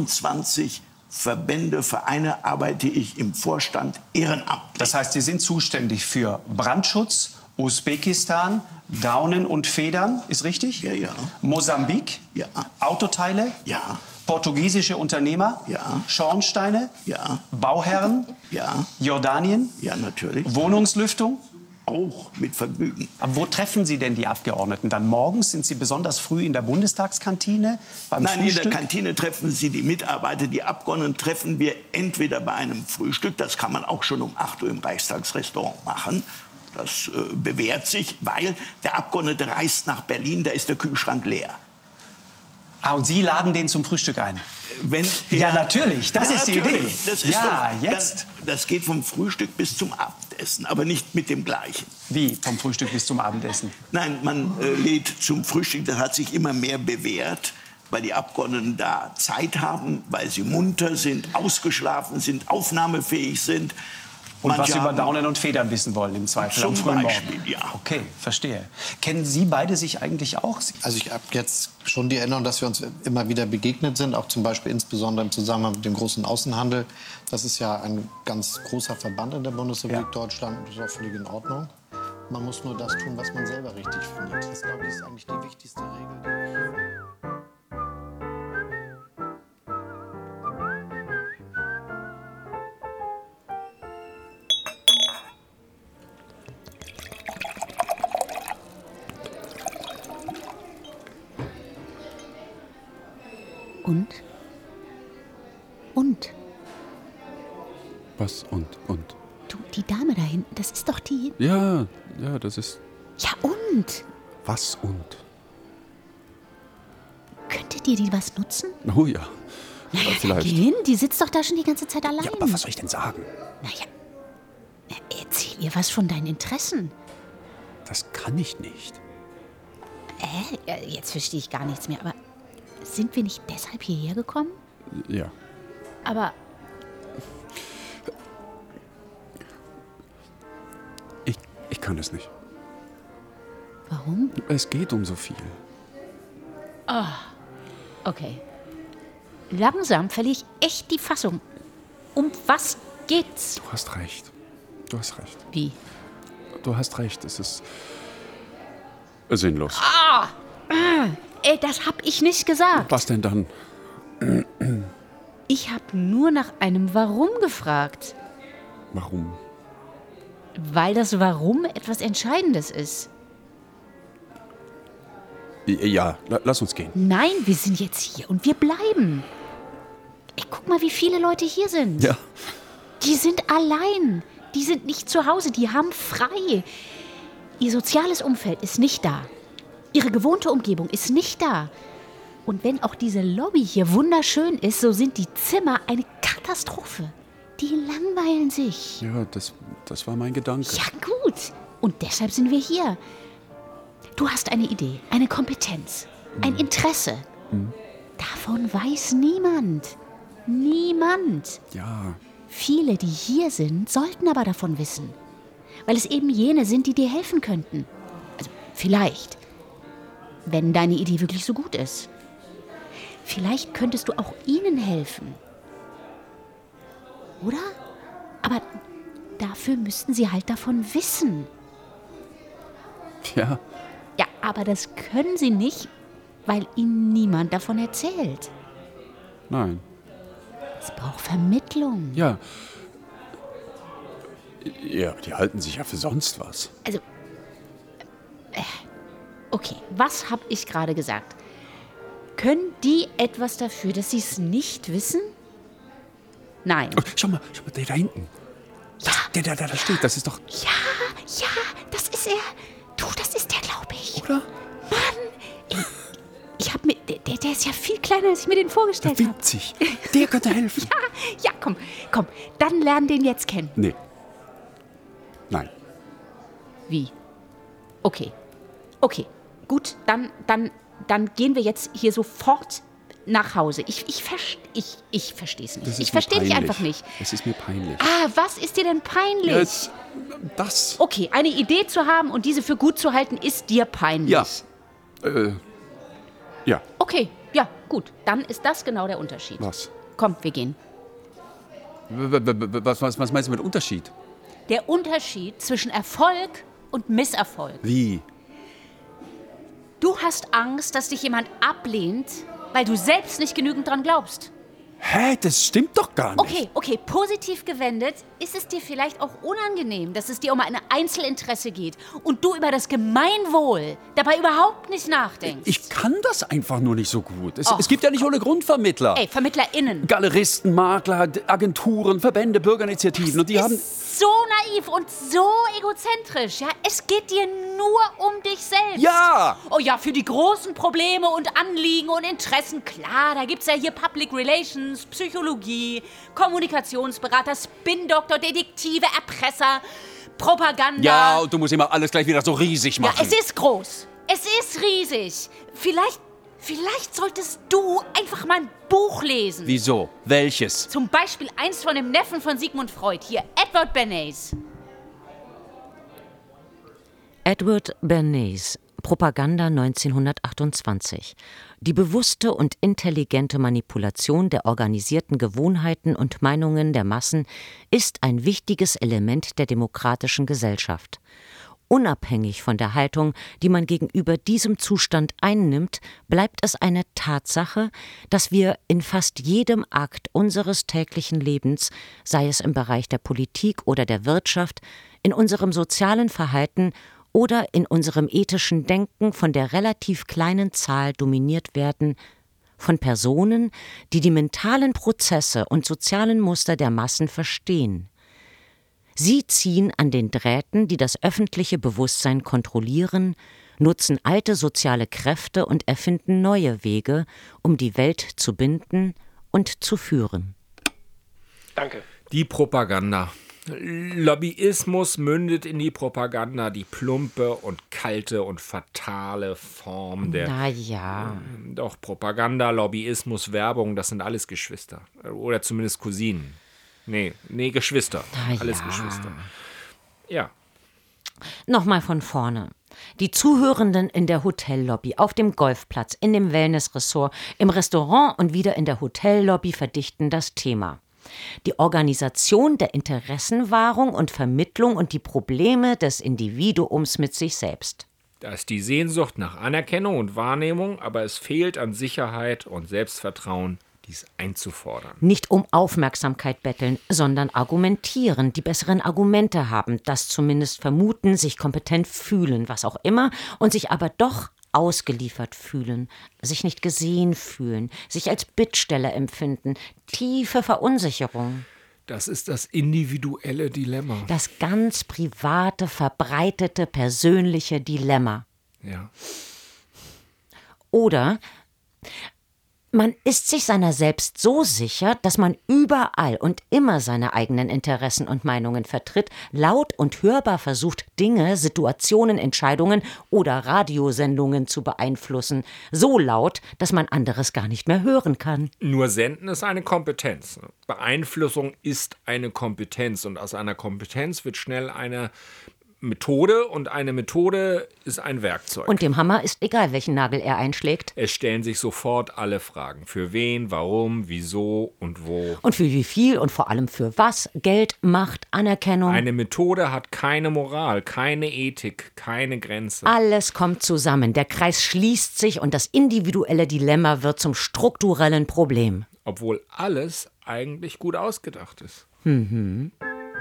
N: 21 Verbände, Vereine arbeite ich im Vorstand ehrenamtlich.
T: Das heißt, Sie sind zuständig für Brandschutz, Usbekistan, Daunen und Federn, ist richtig?
N: Ja, ja.
T: Mosambik?
N: Ja.
T: Autoteile?
N: Ja.
T: Portugiesische Unternehmer?
N: Ja.
T: Schornsteine?
N: Ja.
T: Bauherren?
N: Ja.
T: Jordanien?
N: Ja, natürlich.
T: Wohnungslüftung?
N: Auch mit Vergnügen.
T: Aber wo treffen Sie denn die Abgeordneten? Dann morgens? Sind Sie besonders früh in der Bundestagskantine?
N: Nein, Frühstück? In der Kantine treffen Sie die Mitarbeiter, die Abgeordneten treffen wir entweder bei einem Frühstück, das kann man auch schon um 8 Uhr im Reichstagsrestaurant machen. Das bewährt sich, weil der Abgeordnete reist nach Berlin, da ist der Kühlschrank leer.
T: Ah, und Sie laden den zum Frühstück ein?
N: Ja,
T: natürlich, das ist die Idee.
N: Das ist jetzt. Das geht vom Frühstück bis zum Abendessen, aber nicht mit dem gleichen.
T: Wie vom Frühstück bis zum Abendessen?
N: Nein, man lädt zum Frühstück, das hat sich immer mehr bewährt, weil die Abgeordneten da Zeit haben, weil sie munter sind, ausgeschlafen sind, aufnahmefähig sind.
T: Und was Sie über Daunen und Federn wissen wollen im Zweifel am frühen Morgen.
N: Ja.
T: Okay, verstehe. Kennen Sie beide sich eigentlich auch?
U: Also ich habe jetzt schon die Erinnerung, dass wir uns immer wieder begegnet sind, auch zum Beispiel insbesondere im Zusammenhang mit dem großen Außenhandel. Das ist ja ein ganz großer Verband in der Bundesrepublik Deutschland und das ist auch völlig in Ordnung. Man muss nur das tun, was man selber richtig findet. Das, glaube ich, ist eigentlich die wichtigste Regel.
F: Und? Und?
A: Was und?
F: Du, die Dame da hinten, das ist doch die...
A: Ja, das ist...
F: Ja, und?
A: Was und?
F: Könnte dir die was nutzen?
A: Oh ja.
F: Naja,
A: vielleicht.
F: geh hin, die sitzt doch da schon die ganze Zeit allein.
A: Ja, aber was soll ich denn sagen?
F: Naja, erzähl ihr was von deinen Interessen.
A: Das kann ich nicht.
F: Jetzt verstehe ich gar nichts mehr, aber sind wir nicht deshalb hierher gekommen?
A: Ja.
F: Aber...
A: Ich kann es nicht.
F: Warum?
A: Es geht um so viel.
F: Oh, okay. Langsam verliere ich echt die Fassung. Um was geht's?
A: Du hast recht.
F: Wie?
A: Du hast recht, es ist sinnlos.
F: Das hab ich nicht gesagt.
A: Was denn dann?
F: Ich habe nur nach einem Warum gefragt.
A: Warum?
F: Weil das Warum etwas Entscheidendes ist.
A: Ja, lass uns gehen.
F: Nein, wir sind jetzt hier und wir bleiben. Guck mal, wie viele Leute hier sind.
A: Ja.
F: Die sind allein. Die sind nicht zu Hause. Die haben frei. Ihr soziales Umfeld ist nicht da. Ihre gewohnte Umgebung ist nicht da. Und wenn auch diese Lobby hier wunderschön ist, so sind die Zimmer eine Katastrophe. Die langweilen sich.
A: Ja, das war mein Gedanke.
F: Ja, gut. Und deshalb sind wir hier. Du hast eine Idee, eine Kompetenz, ein Interesse. Davon weiß niemand. Niemand.
A: Ja.
F: Viele, die hier sind, sollten aber davon wissen. Weil es eben jene sind, die dir helfen könnten. Also vielleicht. Wenn deine Idee wirklich so gut ist. Vielleicht könntest du auch ihnen helfen. Oder? Aber dafür müssten sie halt davon wissen.
A: Ja.
F: Ja, aber das können sie nicht, weil ihnen niemand davon erzählt.
A: Nein.
F: Es braucht Vermittlung.
A: Ja. Ja, die halten sich ja für sonst was.
F: Also, okay, was habe ich gerade gesagt? Können die etwas dafür, dass sie es nicht wissen? Nein.
A: Oh, schau mal, der da hinten. Der da steht, das ist doch...
F: Ja, das ist er. Du, das ist der, glaube ich.
A: Oder?
F: Mann, ich habe mir... Der ist ja viel kleiner, als ich mir den vorgestellt habe.
A: Winzig. Der könnte helfen.
F: Ja, komm. Dann lernen den jetzt kennen.
A: Nee. Nein.
F: Wie? Okay. Gut, dann gehen wir jetzt hier sofort nach Hause. Ich verstehe es nicht. Ich verstehe dich einfach nicht.
A: Es ist mir peinlich.
F: Was ist dir denn peinlich?
A: Jetzt, das.
F: Okay, eine Idee zu haben und diese für gut zu halten, ist dir peinlich.
A: Ja. Ja.
F: Okay, ja, gut. Dann ist das genau der Unterschied.
A: Was?
F: Komm, wir gehen.
A: Was meinst du mit Unterschied?
F: Der Unterschied zwischen Erfolg und Misserfolg.
A: Wie?
F: Du hast Angst, dass dich jemand ablehnt, weil du selbst nicht genügend dran glaubst.
A: Hä, das stimmt doch gar nicht.
F: Okay, positiv gewendet ist es dir vielleicht auch unangenehm, dass es dir um ein Einzelinteresse geht und du über das Gemeinwohl dabei überhaupt nicht nachdenkst.
A: Ich kann das einfach nur nicht so gut. Es gibt ja nicht ohne Grund Vermittler.
F: VermittlerInnen.
A: Galeristen, Makler, Agenturen, Verbände, Bürgerinitiativen. Und die haben...
F: So naiv und so egozentrisch, ja? Es geht dir nur um dich selbst.
A: Ja!
F: Oh ja, für die großen Probleme und Anliegen und Interessen, klar, da gibt's ja hier Public Relations, Psychologie, Kommunikationsberater, Spin-Doktor, Detektive, Erpresser, Propaganda.
A: Ja, und du musst immer alles gleich wieder so riesig machen.
F: Ja, es ist groß. Es ist riesig. Vielleicht solltest du einfach mal ein Buch lesen.
A: Wieso? Welches?
F: Zum Beispiel eins von dem Neffen von Sigmund Freud, hier, Edward Bernays.
C: Edward Bernays, Propaganda 1928. Die bewusste und intelligente Manipulation der organisierten Gewohnheiten und Meinungen der Massen ist ein wichtiges Element der demokratischen Gesellschaft. Unabhängig von der Haltung, die man gegenüber diesem Zustand einnimmt, bleibt es eine Tatsache, dass wir in fast jedem Akt unseres täglichen Lebens, sei es im Bereich der Politik oder der Wirtschaft, in unserem sozialen Verhalten oder in unserem ethischen Denken von der relativ kleinen Zahl dominiert werden von Personen, die die mentalen Prozesse und sozialen Muster der Massen verstehen. Sie ziehen an den Drähten, die das öffentliche Bewusstsein kontrollieren, nutzen alte soziale Kräfte und erfinden neue Wege, um die Welt zu binden und zu führen.
D: Danke.
E: Die Propaganda. Lobbyismus mündet in die Propaganda, die plumpe und kalte und fatale Form der... Doch, Propaganda, Lobbyismus, Werbung, das sind alles Geschwister. Oder zumindest Cousinen. Nee, Geschwister. Alles Geschwister. Ja.
C: Nochmal von vorne. Die Zuhörenden in der Hotellobby, auf dem Golfplatz, in dem Wellnessressort, im Restaurant und wieder in der Hotellobby verdichten das Thema. Die Organisation der Interessenwahrung und Vermittlung und die Probleme des Individuums mit sich selbst.
E: Da ist die Sehnsucht nach Anerkennung und Wahrnehmung, aber es fehlt an Sicherheit und Selbstvertrauen, dies einzufordern.
C: Nicht um Aufmerksamkeit betteln, sondern argumentieren, die besseren Argumente haben, das zumindest vermuten, sich kompetent fühlen, was auch immer, und sich aber doch ausgeliefert fühlen, sich nicht gesehen fühlen, sich als Bittsteller empfinden, tiefe Verunsicherung.
E: Das ist das individuelle Dilemma.
C: Das ganz private, verbreitete, persönliche Dilemma.
E: Ja.
C: Oder man ist sich seiner selbst so sicher, dass man überall und immer seine eigenen Interessen und Meinungen vertritt, laut und hörbar versucht, Dinge, Situationen, Entscheidungen oder Radiosendungen zu beeinflussen. So laut, dass man anderes gar nicht mehr hören kann.
E: Nur Senden ist eine Kompetenz. Beeinflussung ist eine Kompetenz. Und aus einer Kompetenz wird schnell eine Methode, und eine Methode ist ein Werkzeug.
C: Und dem Hammer ist egal, welchen Nagel er einschlägt.
E: Es stellen sich sofort alle Fragen. Für wen, warum, wieso und wo.
C: Und für wie viel und vor allem für was? Geld, Macht, Anerkennung.
E: Eine Methode hat keine Moral, keine Ethik, keine Grenze.
C: Alles kommt zusammen. Der Kreis schließt sich und das individuelle Dilemma wird zum strukturellen Problem.
E: Obwohl alles eigentlich gut ausgedacht ist.
C: Mhm.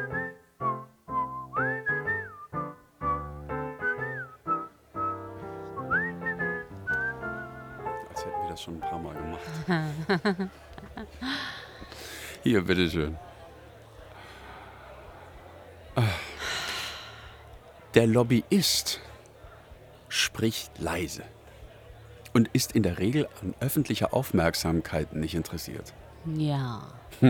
A: Schon ein paar Mal gemacht. Hier, bitteschön. Der Lobbyist spricht leise und ist in der Regel an öffentlicher Aufmerksamkeit nicht interessiert.
F: Ja.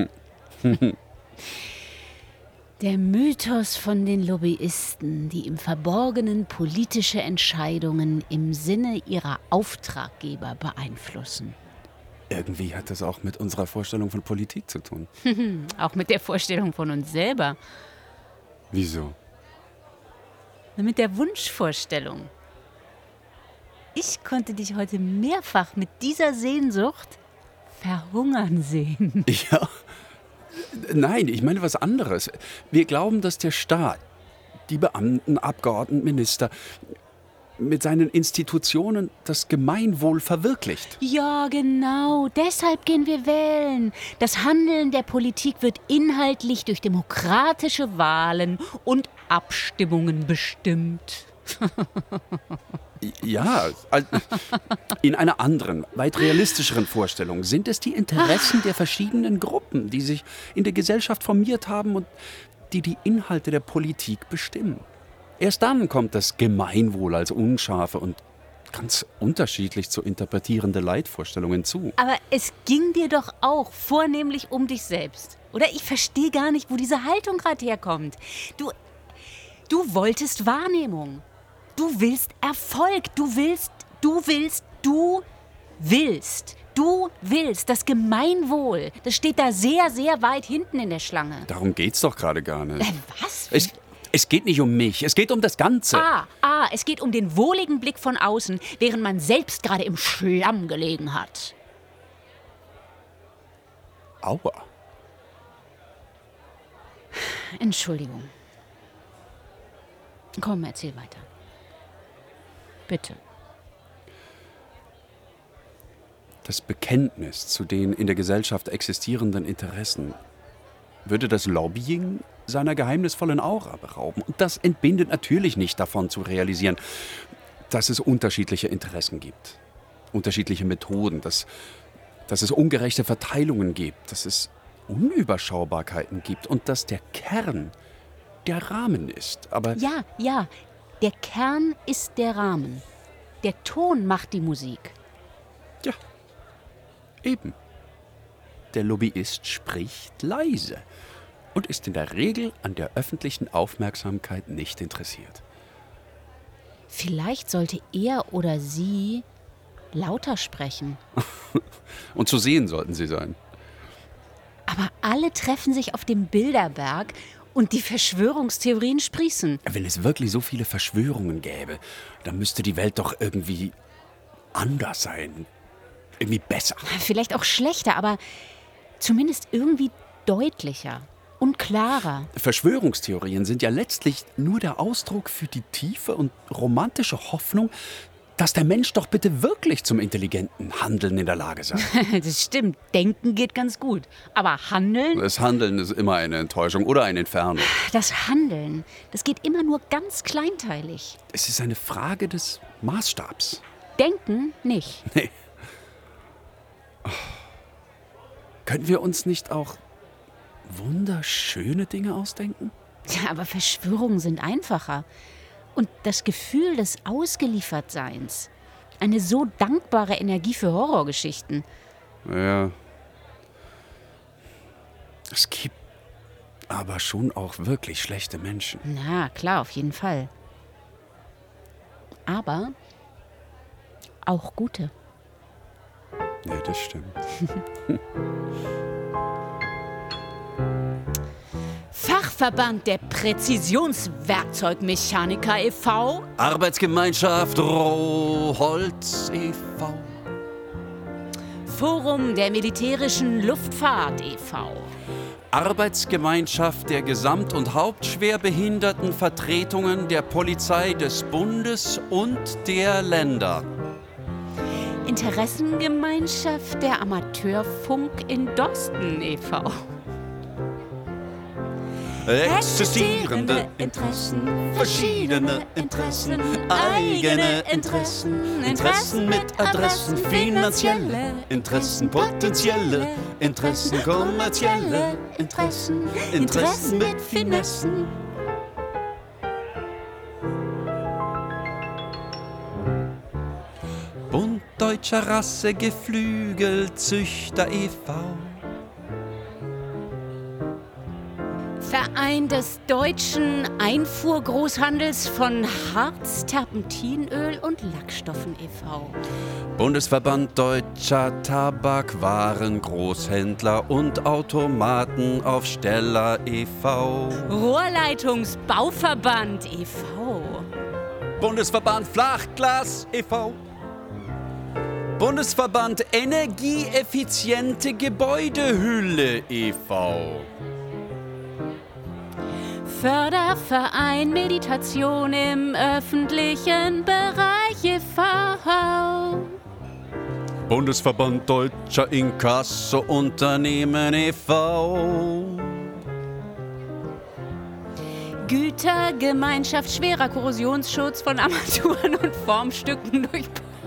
F: Der Mythos von den Lobbyisten, die im Verborgenen politische Entscheidungen im Sinne ihrer Auftraggeber beeinflussen.
A: Irgendwie hat das auch mit unserer Vorstellung von Politik zu tun.
F: Auch mit der Vorstellung von uns selber.
A: Wieso?
F: Mit der Wunschvorstellung. Ich konnte dich heute mehrfach mit dieser Sehnsucht verhungern sehen.
A: Ja. Nein, ich meine was anderes. Wir glauben, dass der Staat, die Beamten, Abgeordneten, Minister mit seinen Institutionen das Gemeinwohl verwirklicht.
F: Ja, genau. Deshalb gehen wir wählen. Das Handeln der Politik wird inhaltlich durch demokratische Wahlen und Abstimmungen bestimmt.
A: Ja, in einer anderen, weit realistischeren Vorstellung sind es die Interessen der verschiedenen Gruppen, die sich in der Gesellschaft formiert haben und die die Inhalte der Politik bestimmen. Erst dann kommt das Gemeinwohl als unscharfe und ganz unterschiedlich zu interpretierende Leitvorstellungen zu.
F: Aber es ging dir doch auch vornehmlich um dich selbst. Oder ich verstehe gar nicht, wo diese Haltung gerade herkommt. Du wolltest Wahrnehmung. Du willst Erfolg. Du willst das Gemeinwohl. Das steht da sehr, sehr weit hinten in der Schlange.
A: Darum geht's doch gerade gar nicht.
F: Was?
A: Es geht nicht um mich, es geht um das Ganze.
F: Es geht um den wohligen Blick von außen, während man selbst gerade im Schlamm gelegen hat.
A: Aua.
F: Entschuldigung. Komm, erzähl weiter. Bitte.
A: Das Bekenntnis zu den in der Gesellschaft existierenden Interessen würde das Lobbying seiner geheimnisvollen Aura berauben. Und das entbindet natürlich nicht davon zu realisieren, dass es unterschiedliche Interessen gibt. Unterschiedliche Methoden, dass dass es ungerechte Verteilungen gibt, dass es Unüberschaubarkeiten gibt und dass der Kern der Rahmen ist. Aber
F: Ja, der Kern ist der Rahmen. Der Ton macht die Musik.
A: Ja, eben. Der Lobbyist spricht leise und ist in der Regel an der öffentlichen Aufmerksamkeit nicht interessiert.
F: Vielleicht sollte er oder sie lauter sprechen.
A: Und zu sehen sollten sie sein.
F: Aber alle treffen sich auf dem Bilderberg und die Verschwörungstheorien sprießen.
A: Wenn es wirklich so viele Verschwörungen gäbe, dann müsste die Welt doch irgendwie anders sein. Irgendwie besser.
F: Vielleicht auch schlechter, aber zumindest irgendwie deutlicher und klarer.
A: Verschwörungstheorien sind ja letztlich nur der Ausdruck für die tiefe und romantische Hoffnung, dass der Mensch doch bitte wirklich zum intelligenten Handeln in der Lage sei.
F: Das stimmt, denken geht ganz gut. Aber handeln?
A: Das Handeln ist immer eine Enttäuschung oder eine Entfernung.
F: Das Handeln, das geht immer nur ganz kleinteilig.
A: Es ist eine Frage des Maßstabs.
F: Denken nicht.
A: Nee. Können wir uns nicht auch wunderschöne Dinge ausdenken?
F: Ja, aber Verschwörungen sind einfacher. Und das Gefühl des Ausgeliefertseins. Eine so dankbare Energie für Horrorgeschichten.
A: Ja. Es gibt aber schon auch wirklich schlechte Menschen.
F: Na, klar, auf jeden Fall. Aber auch gute.
A: Ja, das stimmt.
F: Fachverband der Präzisionswerkzeugmechaniker e.V.
A: Arbeitsgemeinschaft Rohholz e.V.
F: Forum der militärischen Luftfahrt e.V.
A: Arbeitsgemeinschaft der Gesamt- und Hauptschwerbehindertenvertretungen der Polizei des Bundes und der Länder.
F: Interessengemeinschaft der Amateurfunk in Dorsten e.V.
A: Existierende Interessen, verschiedene Interessen, eigene Interessen, Interessen mit Adressen, finanzielle Interessen, potenzielle Interessen, kommerzielle Interessen, Interessen mit Finessen. Bund deutscher Rasse, Geflügelzüchter e.V.
F: Verein des deutschen Einfuhrgroßhandels von Harz, Terpentinöl und Lackstoffen e.V.
A: Bundesverband deutscher Tabakwarengroßhändler und Automatenaufsteller e.V.
F: Rohrleitungsbauverband e.V.
A: Bundesverband Flachglas e.V. Bundesverband Energieeffiziente Gebäudehülle e.V.
F: Förderverein Meditation im öffentlichen Bereich e.V.
A: Bundesverband Deutscher Inkasso-Unternehmen e.V.
F: Gütergemeinschaft schwerer Korrosionsschutz von Armaturen und Formstücken durch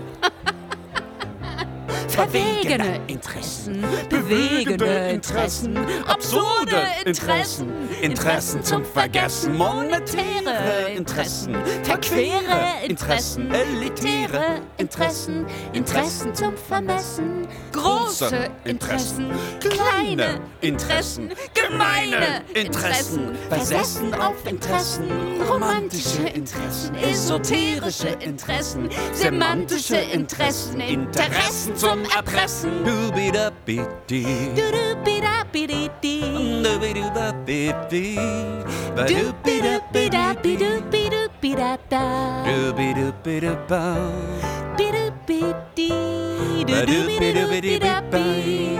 F: verwegene Interessen, bewegende Interessen, absurde Interessen, Interessen zum Vergessen, monetäre Interessen, verquere Interessen, elitäre Interessen, Interessen zum Vermessen, große Interessen, kleine Interessen, gemeine Interessen, versessen auf Interessen, romantische Interessen, esoterische Interessen, semantische Interessen, Interessen zum Erpressen.
A: Du-bi-da-bi-di.
F: Du-du-bi-da-bi-di-di.
A: Du-bi-du-ba-bi-di.
F: Du-bi-da-bi-da-bi-du-bi-du-bi-da-da.
A: Du-bi-du-bi-du-ba.
F: Bi-du-bi-di. Du-du-bi-du-bi-da-bi.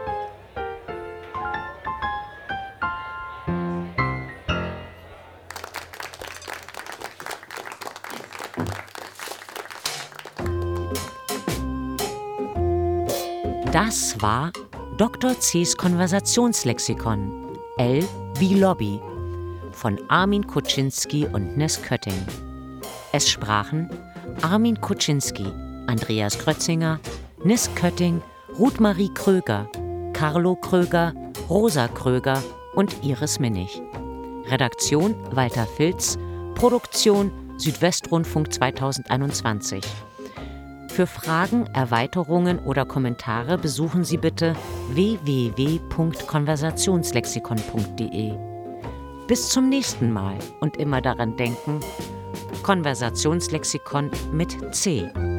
C: Das war Dr. C.'s Konversationslexikon, L wie Lobby, von Armin Kuczynski und Nes Kötting. Es sprachen Armin Kuczynski, Andreas Krötzinger, Nes Kötting Ruth-Marie Kröger, Carlo Kröger, Rosa Kröger und Iris Minnig. Redaktion Walter Filz, Produktion Südwestrundfunk 2021. Für Fragen, Erweiterungen oder Kommentare besuchen Sie bitte www.konversationslexikon.de. Bis zum nächsten Mal und immer daran denken, Konversationslexikon mit C.